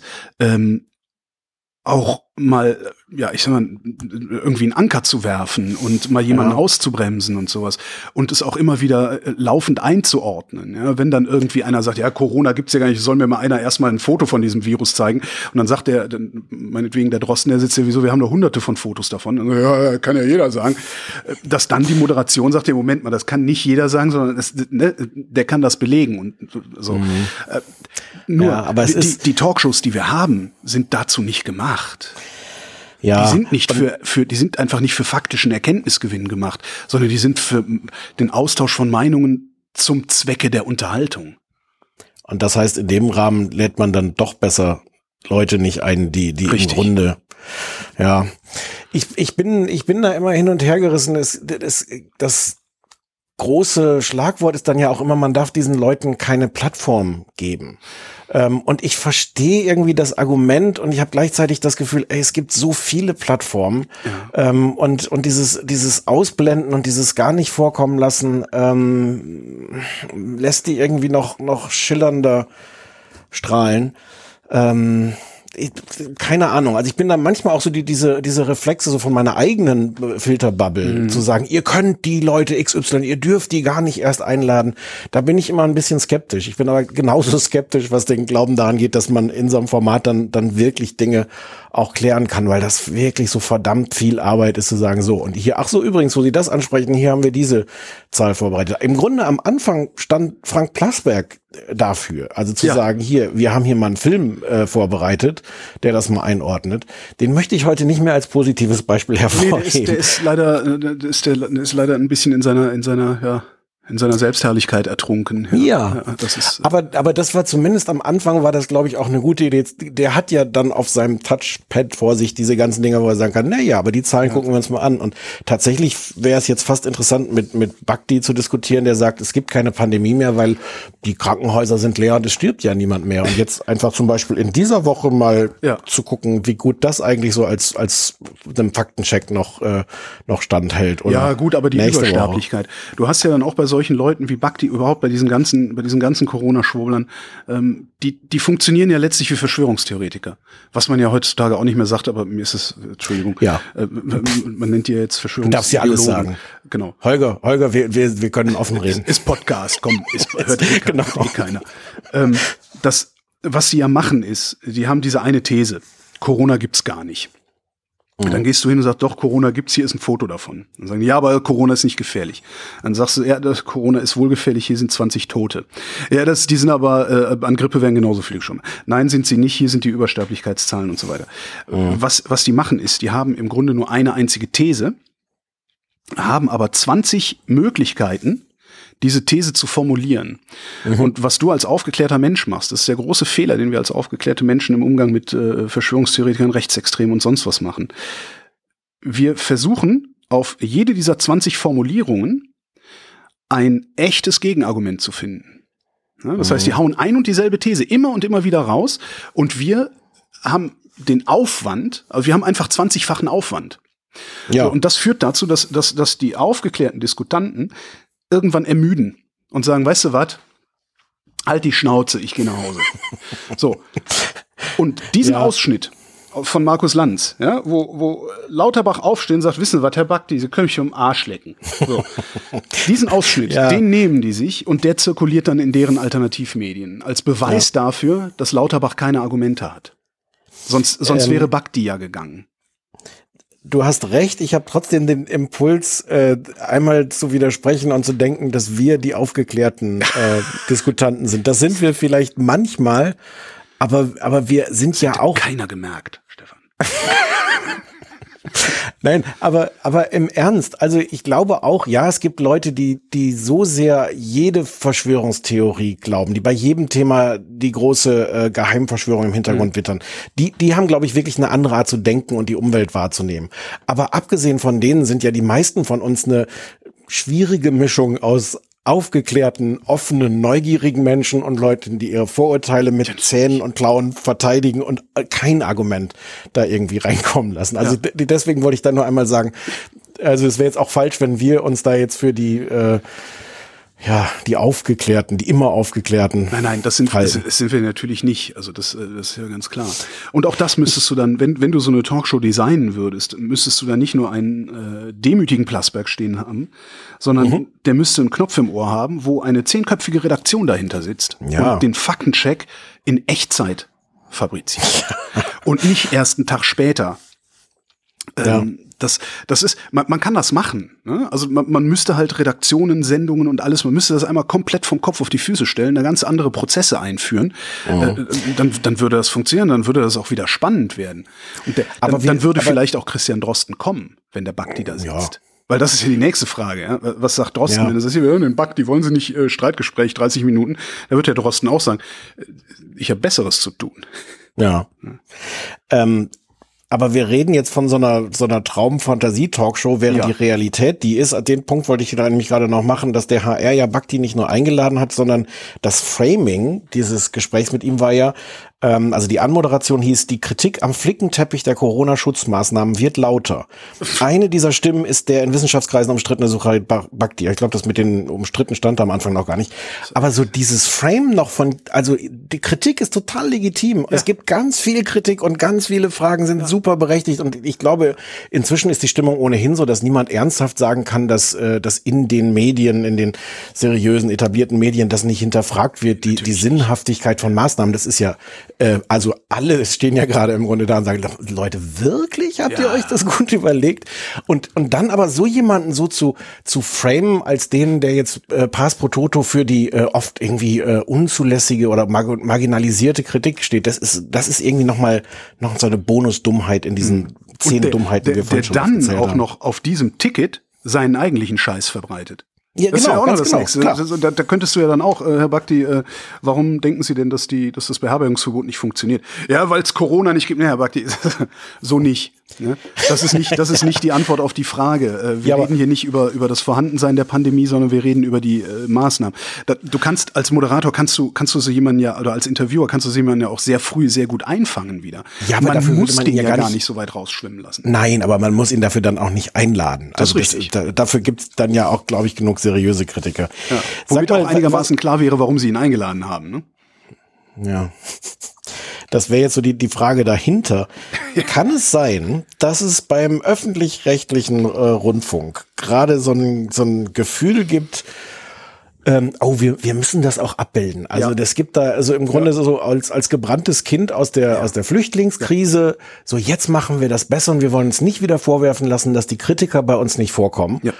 auch mal, ich sag mal, irgendwie einen Anker zu werfen und mal jemanden auszubremsen und sowas und es auch immer wieder laufend einzuordnen. Ja, wenn dann irgendwie einer sagt, ja, Corona gibt's ja gar nicht, soll mir mal einer erstmal ein Foto von diesem Virus zeigen und dann sagt der, meinetwegen der Drosten, der sitzt ja, wieso, wir haben doch hunderte von Fotos davon. Und, ja, kann ja jeder sagen. Dass dann die Moderation sagt, ja, Moment mal, das kann nicht jeder sagen, sondern der kann das belegen und so. Nur, aber die Talkshows, die wir haben, sind dazu nicht gemacht. Ja. Die sind nicht die sind einfach nicht für faktischen Erkenntnisgewinn gemacht, sondern die sind für den Austausch von Meinungen zum Zwecke der Unterhaltung. Und das heißt, in dem Rahmen lädt man dann doch besser Leute nicht ein, die im Grunde, ich bin da immer hin und her gerissen. Das große Schlagwort ist dann ja auch immer, man darf diesen Leuten keine Plattform geben. Und ich verstehe irgendwie das Argument und ich habe gleichzeitig das Gefühl, es gibt so viele Plattformen und dieses Ausblenden und dieses gar nicht vorkommen lassen lässt die irgendwie noch schillernder strahlen. Keine Ahnung, also ich bin da manchmal auch so diese Reflexe so von meiner eigenen Filterbubble zu sagen, ihr könnt die Leute XY, ihr dürft die gar nicht erst einladen. Da bin ich immer ein bisschen skeptisch. Ich bin aber genauso skeptisch, was den Glauben daran geht, dass man in so einem Format dann wirklich Dinge auch klären kann, weil das wirklich so verdammt viel Arbeit ist zu sagen, so und hier, ach so übrigens, wo Sie das ansprechen, hier haben wir diese Zahl vorbereitet. Im Grunde am Anfang stand Frank Plasberg dafür, also zu sagen, hier, wir haben hier mal einen Film vorbereitet, der das mal einordnet. Den möchte ich heute nicht mehr als positives Beispiel hervorheben. Nee, der ist leider ein bisschen in seiner Selbstherrlichkeit ertrunken. Ja. Das ist, aber das war zumindest am Anfang, war das, glaube ich, auch eine gute Idee. Der hat ja dann auf seinem Touchpad vor sich diese ganzen Dinge, wo er sagen kann, aber die Zahlen gucken wir uns mal an. Und tatsächlich wäre es jetzt fast interessant, mit Bhakti zu diskutieren, der sagt, es gibt keine Pandemie mehr, weil die Krankenhäuser sind leer und es stirbt ja niemand mehr. Und jetzt einfach zum Beispiel in dieser Woche mal zu gucken, wie gut das eigentlich so als einem Faktencheck noch standhält. Oder ja, gut, aber die Übersterblichkeit. Du hast ja dann auch bei solchen Leuten wie Bhakti überhaupt bei diesen ganzen Corona-Schwurblern, die funktionieren ja letztlich wie Verschwörungstheoretiker. Was man ja heutzutage auch nicht mehr sagt, aber mir ist es, Entschuldigung, man nennt die ja jetzt Verschwörungstheoretiker. Du darfst ja alles sagen. Genau. Holger, wir können offen reden. Ist Podcast, komm, hört keiner. Was sie ja machen ist, die haben diese eine These, Corona gibt's gar nicht. Dann gehst du hin und sagst, doch, Corona gibt's, hier ist ein Foto davon. Dann sagen die, ja, aber Corona ist nicht gefährlich. Dann sagst du, Corona ist wohl gefährlich, hier sind 20 Tote. Ja, die sind aber, an Grippe werden genauso viele gestorben. Nein, sind sie nicht, hier sind die Übersterblichkeitszahlen und so weiter. Was die machen ist, die haben im Grunde nur eine einzige These, haben aber 20 Möglichkeiten, diese These zu formulieren. Und was du als aufgeklärter Mensch machst, das ist der große Fehler, den wir als aufgeklärte Menschen im Umgang mit Verschwörungstheoretikern, Rechtsextremen und sonst was machen. Wir versuchen, auf jede dieser 20 Formulierungen ein echtes Gegenargument zu finden. Ja, das heißt, die hauen ein und dieselbe These immer und immer wieder raus und wir haben den Aufwand, also wir haben einfach 20-fachen Aufwand. Ja. So, und das führt dazu, dass die aufgeklärten Diskutanten irgendwann ermüden und sagen, weißt du was, halt die Schnauze, ich gehe nach Hause. So. Und diesen Ausschnitt von Markus Lanz, ja, wo Lauterbach aufsteht und sagt, wissen Sie was, Herr Bakti, Sie können mich um den Arsch lecken. So. Diesen Ausschnitt, den nehmen die sich und der zirkuliert dann in deren Alternativmedien als Beweis dafür, dass Lauterbach keine Argumente hat. Sonst wäre Bakti ja gegangen. Du hast recht, ich habe trotzdem den Impuls, einmal zu widersprechen und zu denken, dass wir die aufgeklärten Diskutanten sind. Das sind wir vielleicht manchmal, aber wir sind ja auch... Keiner gemerkt, Stefan. Nein, aber im Ernst, also ich glaube auch, ja, es gibt Leute, die so sehr jede Verschwörungstheorie glauben, die bei jedem Thema die große Geheimverschwörung im Hintergrund wittern. Die haben, glaube ich, wirklich eine andere Art zu denken und die Umwelt wahrzunehmen. Aber abgesehen von denen sind ja die meisten von uns eine schwierige Mischung aus aufgeklärten, offenen, neugierigen Menschen und Leuten, die ihre Vorurteile mit Zähnen und Klauen verteidigen und kein Argument da irgendwie reinkommen lassen. Also deswegen wollte ich da nur einmal sagen, also es wäre jetzt auch falsch, wenn wir uns da jetzt für die die Aufgeklärten, die immer Aufgeklärten. Nein, das sind wir natürlich nicht. Also das ist ja ganz klar. Und auch das müsstest du dann, wenn du so eine Talkshow designen würdest, müsstest du da nicht nur einen demütigen Plasberg stehen haben, sondern der müsste einen Knopf im Ohr haben, wo eine 10-köpfige Redaktion dahinter sitzt und den Faktencheck in Echtzeit fabriziert. Und nicht erst einen Tag später. Das ist, man kann das machen, ne? Also man müsste halt Redaktionen, Sendungen und alles, man müsste das einmal komplett vom Kopf auf die Füße stellen, da ganz andere Prozesse einführen. Dann würde das funktionieren, dann würde das auch wieder spannend werden. Und dann würde vielleicht auch Christian Drosten kommen, wenn der Bakti da sitzt. Ja. Weil das ist ja die nächste Frage. Ja? Was sagt Drosten? Wenn er sagt, wir hören den Bakti, wollen Sie nicht Streitgespräch 30 Minuten? Da wird der Drosten auch sagen, ich habe Besseres zu tun. Ja. Aber wir reden jetzt von so einer Traum-Fantasie-Talkshow, während die Realität, die ist, an den Punkt wollte ich da nämlich gerade noch machen, dass der HR ja Bakti nicht nur eingeladen hat, sondern das Framing dieses Gesprächs mit ihm war ja, also die Anmoderation hieß, die Kritik am Flickenteppich der Corona-Schutzmaßnahmen wird lauter. Eine dieser Stimmen ist der in Wissenschaftskreisen umstrittene Sucharit Bhakdi. Ich glaube, das mit den umstritten stand da am Anfang noch gar nicht. Aber so dieses Frame noch also die Kritik ist total legitim. Ja. Es gibt ganz viel Kritik und ganz viele Fragen sind super berechtigt. Und ich glaube, inzwischen ist die Stimmung ohnehin so, dass niemand ernsthaft sagen kann, dass in den Medien, in den seriösen, etablierten Medien, das nicht hinterfragt wird, die Sinnhaftigkeit von Maßnahmen. Das ist ja also alle stehen ja gerade im Grunde da und sagen, Leute, wirklich? Habt ihr euch das gut überlegt? Und dann aber so jemanden so zu framen als den, der jetzt Pars pro Toto für die oft irgendwie unzulässige oder marginalisierte Kritik steht, das ist irgendwie noch so eine Bonusdummheit in diesen 10 Dummheiten, die wir vorhin schon erzählt haben. Der dann auch noch auf diesem Ticket seinen eigentlichen Scheiß verbreitet. Ja, das genau, ist ja auch noch das Nächste. Da könntest du ja dann auch, Herr Bakti, warum denken Sie denn, dass das Beherbergungsverbot nicht funktioniert? Ja, weil es Corona nicht gibt. Nee, Herr Bakti, so nicht. Ne? Das ist nicht die Antwort auf die Frage. Wir reden hier nicht über das Vorhandensein der Pandemie, sondern wir reden über die Maßnahmen. Du kannst als Moderator kannst du so jemanden oder als Interviewer kannst du so jemanden ja auch sehr früh sehr gut einfangen wieder. Ja, aber man muss den ja gar nicht so weit rausschwimmen lassen. Nein, aber man muss ihn dafür dann auch nicht einladen. Das ist richtig. Dafür gibt's dann ja auch, glaube ich, genug seriöse Kritiker. Ja. Womit auch einigermaßen klar wäre, warum sie ihn eingeladen haben, ne? Ja. Das wäre jetzt so die Frage dahinter. Kann es sein, dass es beim öffentlich-rechtlichen Rundfunk gerade so ein Gefühl gibt, wir müssen das auch abbilden. Also das gibt da also im Grunde so als gebranntes Kind aus der Flüchtlingskrise, so jetzt machen wir das besser und wir wollen uns nicht wieder vorwerfen lassen, dass die Kritiker bei uns nicht vorkommen. Ja.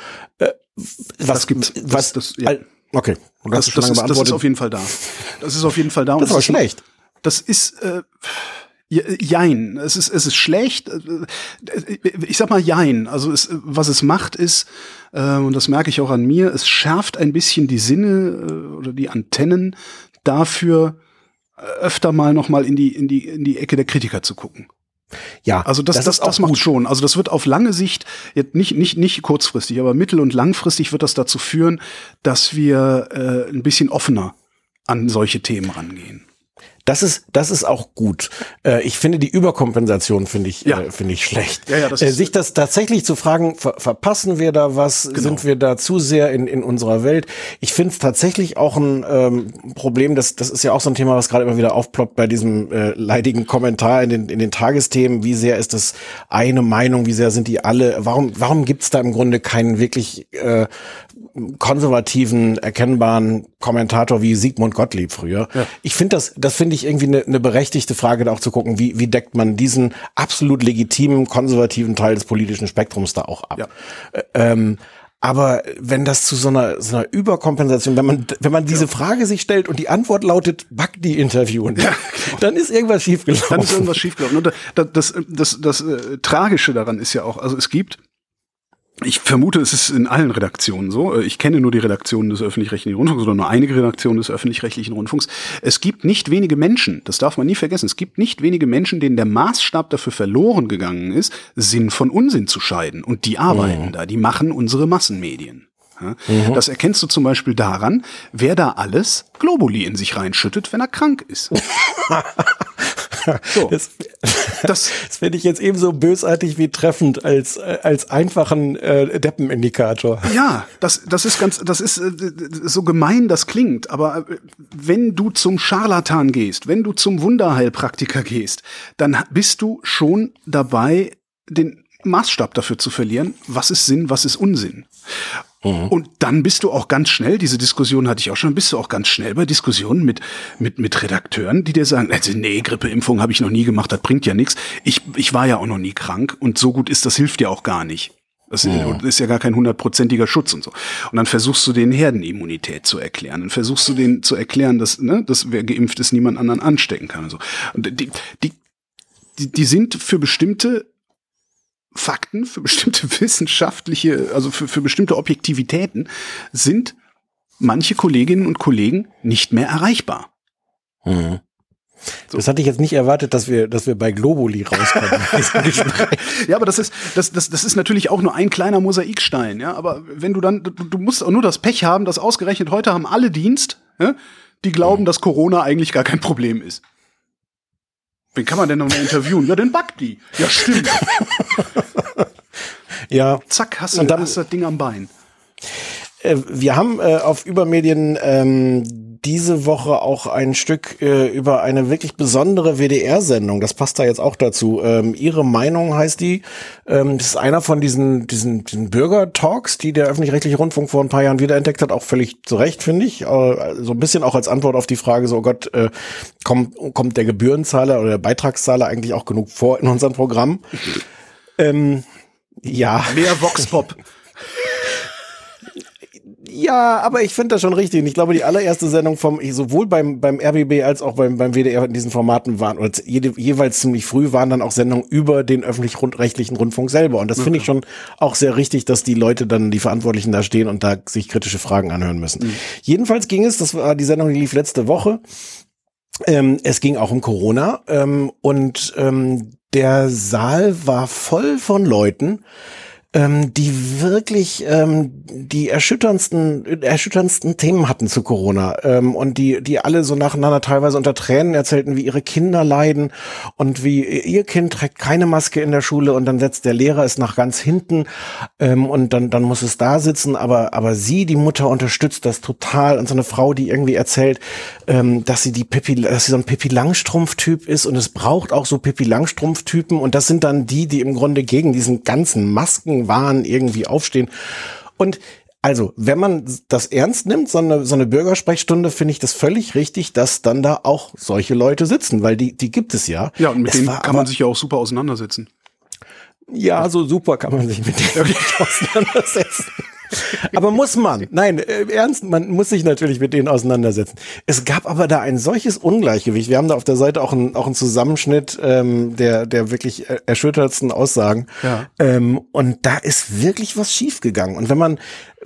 Okay. Das ist auf jeden Fall da. Das ist auf jeden Fall da. Das ist aber schlecht. Das ist jein. Es ist schlecht. Ich sag mal jein. Also was es macht ist, und das merke ich auch an mir, es schärft ein bisschen die Sinne oder die Antennen dafür, öfter mal nochmal in die Ecke der Kritiker zu gucken. Ja, also das macht schon. Also das wird auf lange Sicht, jetzt nicht kurzfristig, aber mittel- und langfristig wird das dazu führen, dass wir ein bisschen offener an solche Themen rangehen. Das ist auch gut. Ich finde die Überkompensation finde ich schlecht. Ja, sich das tatsächlich zu fragen, verpassen wir da was? Genau. Sind wir da zu sehr in unserer Welt? Ich finde es tatsächlich auch ein Problem, das ist ja auch so ein Thema, was gerade immer wieder aufploppt bei diesem leidigen Kommentar in den Tagesthemen. Wie sehr ist das eine Meinung? Wie sehr sind die alle? Warum gibt's da im Grunde keinen wirklich konservativen, erkennbaren Kommentator wie Sigmund Gottlieb früher? Ja. Ich finde das finde ich irgendwie eine berechtigte Frage, da auch zu gucken, wie deckt man diesen absolut legitimen, konservativen Teil des politischen Spektrums da auch ab. Ja. Aber wenn das zu so einer Überkompensation, wenn man diese Frage sich stellt und die Antwort lautet, Bagdi interviewen, genau. Dann ist irgendwas schiefgelaufen. Und das Tragische daran ist ja auch, also es gibt, ich vermute, es ist in allen Redaktionen so. Ich kenne nur die Redaktionen des öffentlich-rechtlichen Rundfunks oder nur einige Redaktionen des öffentlich-rechtlichen Rundfunks. Es gibt nicht wenige Menschen, das darf man nie vergessen, es gibt nicht wenige Menschen, denen der Maßstab dafür verloren gegangen ist, Sinn von Unsinn zu scheiden. Und die arbeiten da, die machen unsere Massenmedien. Ja? Das erkennst du zum Beispiel daran, wer da alles Globuli in sich reinschüttet, wenn er krank ist. So. Das finde ich jetzt ebenso bösartig wie treffend als einfachen Deppenindikator. Ja, das ist so gemein, das klingt, aber wenn du zum Scharlatan gehst, wenn du zum Wunderheilpraktiker gehst, dann bist du schon dabei, den Maßstab dafür zu verlieren, was ist Sinn, was ist Unsinn. Und dann bist du auch ganz schnell, diese Diskussion hatte ich auch schon, bist du auch ganz schnell bei Diskussionen mit Redakteuren, die dir sagen, also nee, Grippeimpfung habe ich noch nie gemacht, das bringt ja nichts. Ich war ja auch noch nie krank und so gut ist, das hilft dir auch gar nicht. Das ist ja gar kein 100%iger Schutz und so. Und dann versuchst du denen Herdenimmunität zu erklären. Dann versuchst du denen zu erklären, dass wer geimpft ist, niemand anderen anstecken kann und so. Und die sind für bestimmte Fakten, für bestimmte wissenschaftliche, also für bestimmte Objektivitäten sind manche Kolleginnen und Kollegen nicht mehr erreichbar. Mhm. So. Das hatte ich jetzt nicht erwartet, dass wir bei Globuli rauskommen. Ja, aber das ist natürlich auch nur ein kleiner Mosaikstein, ja, aber wenn du musst auch nur das Pech haben, dass ausgerechnet heute haben alle Dienst, ja, die glauben, dass Corona eigentlich gar kein Problem ist. Wen kann man denn noch mal interviewen? Ja, den Bagdi. Ja, stimmt. Ja. Zack, hast du das Ding am Bein. Wir haben auf Übermedien diese Woche auch ein Stück über eine wirklich besondere WDR-Sendung. Das passt da jetzt auch dazu. Ihre Meinung heißt die. Das ist einer von diesen Bürger-Talks, die der öffentlich-rechtliche Rundfunk vor ein paar Jahren wiederentdeckt hat. Auch völlig zu Recht, finde ich. So ein bisschen auch als Antwort auf die Frage, so oh Gott, kommt der Gebührenzahler oder der Beitragszahler eigentlich auch genug vor in unserem Programm? Ja. Mehr Vox-Pop. Ja, aber ich finde das schon richtig. Und ich glaube, die allererste Sendung sowohl beim RBB als auch beim WDR in diesen Formaten waren, oder jeweils ziemlich früh waren dann auch Sendungen über den öffentlich-rechtlichen Rundfunk selber. Und das finde ich schon auch sehr richtig, dass die Leute dann, die Verantwortlichen da stehen und da sich kritische Fragen anhören müssen. Jedenfalls ging es, das war die Sendung, die lief letzte Woche. Es ging auch um Corona. Und der Saal war voll von Leuten, die wirklich die erschütterndsten Themen hatten zu Corona und die alle so nacheinander teilweise unter Tränen erzählten, wie ihre Kinder leiden und wie ihr Kind trägt keine Maske in der Schule und dann setzt der Lehrer es nach ganz hinten und dann muss es da sitzen, aber sie, die Mutter, unterstützt das total. Und so eine Frau, die irgendwie erzählt, dass sie so ein Pippi-Langstrumpf-Typ ist und es braucht auch so Pippi-Langstrumpf-Typen und das sind dann die im Grunde gegen diesen ganzen Maskenwahn irgendwie aufstehen. Und also, wenn man das ernst nimmt, so eine Bürgersprechstunde, finde ich das völlig richtig, dass dann da auch solche Leute sitzen, weil die gibt es ja. Ja, und mit denen kann man sich ja auch super auseinandersetzen. Ja, so super kann man sich mit denen auseinandersetzen. Aber muss man? Nein, ernst, man muss sich natürlich mit denen auseinandersetzen. Es gab aber da ein solches Ungleichgewicht. Wir haben da auf der Seite auch einen Zusammenschnitt der wirklich erschütterndsten Aussagen. Ja. Und da ist wirklich was schiefgegangen. Und wenn man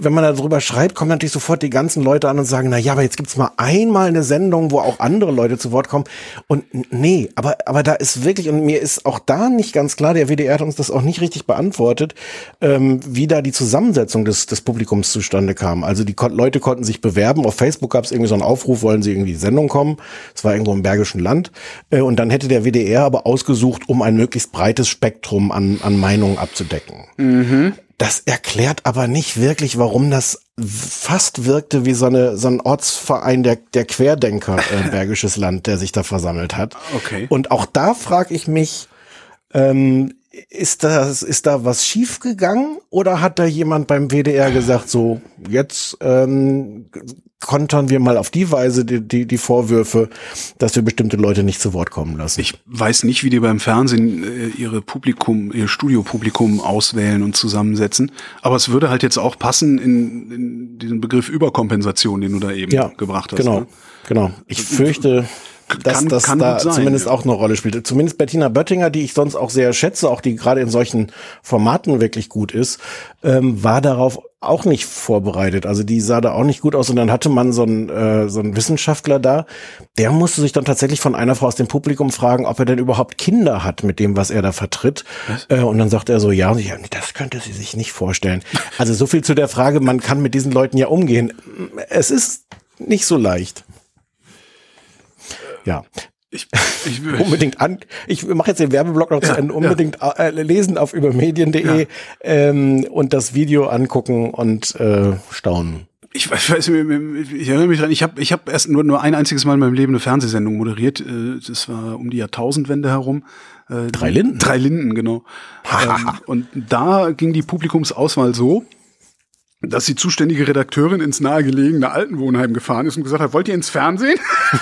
wenn man darüber schreibt, kommen natürlich sofort die ganzen Leute an und sagen, na ja, aber jetzt gibt's mal einmal eine Sendung, wo auch andere Leute zu Wort kommen. Und nee, aber da ist wirklich, und mir ist auch da nicht ganz klar, der WDR hat uns das auch nicht richtig beantwortet, wie da die Zusammensetzung des Publikums zustande kam. Also die Leute konnten sich bewerben. Auf Facebook gab es irgendwie so einen Aufruf, wollen sie irgendwie in die Sendung kommen. Es war irgendwo im Bergischen Land. Und dann hätte der WDR aber ausgesucht, um ein möglichst breites Spektrum an Meinungen abzudecken. Mhm. Das erklärt aber nicht wirklich, warum das fast wirkte wie so ein Ortsverein der Querdenker Bergisches Land, der sich da versammelt hat. Okay. Und auch da frage ich mich, ist da was schiefgegangen oder hat da jemand beim WDR gesagt, so jetzt kontern wir mal auf die Weise die Vorwürfe, dass wir bestimmte Leute nicht zu Wort kommen lassen? Ich weiß nicht, wie die beim Fernsehen ihr Studiopublikum auswählen und zusammensetzen, aber es würde halt jetzt auch passen in diesen Begriff Überkompensation, den du da eben gebracht hast. Genau, ne? Genau. Ich fürchte, dass das da sein, zumindest auch eine Rolle spielt. Zumindest Bettina Böttinger, die ich sonst auch sehr schätze, auch die gerade in solchen Formaten wirklich gut ist, war darauf auch nicht vorbereitet. Also die sah da auch nicht gut aus. Und dann hatte man so einen Wissenschaftler da, der musste sich dann tatsächlich von einer Frau aus dem Publikum fragen, ob er denn überhaupt Kinder hat mit dem, was er da vertritt. Und dann sagt er so, ja, das könnte sie sich nicht vorstellen. Also so viel zu der Frage, man kann mit diesen Leuten ja umgehen. Es ist nicht so leicht. Ja. Ich mache jetzt den Werbeblock noch zu Ende. Unbedingt lesen auf übermedien.de und das Video angucken und staunen. Ich erinnere mich dran, ich hab erst nur ein einziges Mal in meinem Leben eine Fernsehsendung moderiert. Das war um die Jahrtausendwende herum. 3 Linden? 3 Linden, genau. Und da ging die Publikumsauswahl so, dass die zuständige Redakteurin ins nahegelegene Altenwohnheim gefahren ist und gesagt hat, wollt ihr ins Fernsehen?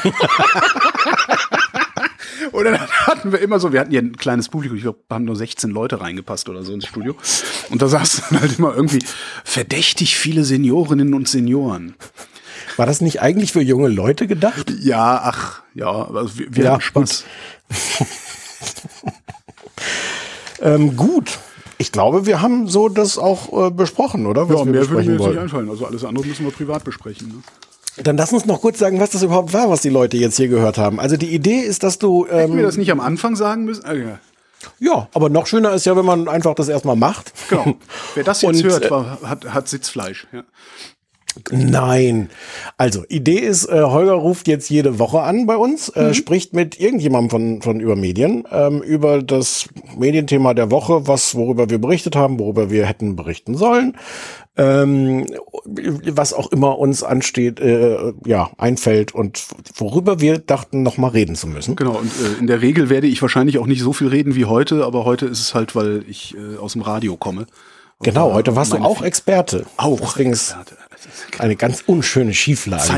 Und dann hatten wir immer so, wir hatten ja ein kleines Publikum, ich glaube, da haben nur 16 Leute reingepasst oder so ins Studio. Und da saßen dann halt immer irgendwie verdächtig viele Seniorinnen und Senioren. War das nicht eigentlich für junge Leute gedacht? Ja, also wir hatten Spaß. Gut. Ich glaube, wir haben so das auch besprochen, oder? Was mehr würde mir jetzt nicht einfallen. Also alles andere müssen wir privat besprechen. Ne? Dann lass uns noch kurz sagen, was das überhaupt war, was die Leute jetzt hier gehört haben. Also die Idee ist, dass du... Hätten wir das nicht am Anfang sagen müssen? Ja, aber noch schöner ist ja, wenn man einfach das erstmal macht. Genau. Wer das jetzt hört, hat Sitzfleisch. Ja. Nein. Also, Idee ist, Holger ruft jetzt jede Woche an bei uns, spricht mit irgendjemandem von Übermedien über das Medienthema der Woche, worüber wir berichtet haben, worüber wir hätten berichten sollen, was auch immer uns ansteht, einfällt und worüber wir dachten, noch mal reden zu müssen. Genau, und in der Regel werde ich wahrscheinlich auch nicht so viel reden wie heute, aber heute ist es halt, weil ich aus dem Radio komme. Genau, heute warst du auch Experte. Auch deswegen Experte. Eine ganz unschöne Schieflage.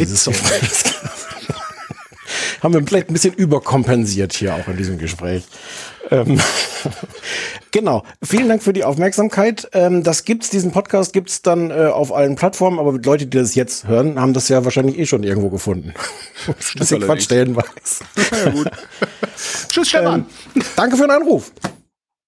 Haben wir vielleicht ein bisschen überkompensiert hier auch in diesem Gespräch. Genau. Vielen Dank für die Aufmerksamkeit. Diesen Podcast gibt's dann auf allen Plattformen, aber Leute, die das jetzt hören, haben das ja wahrscheinlich schon irgendwo gefunden. Bis ich Quatsch stellen weiß. Ja, gut. Tschüss, Stefan. Danke für den Anruf.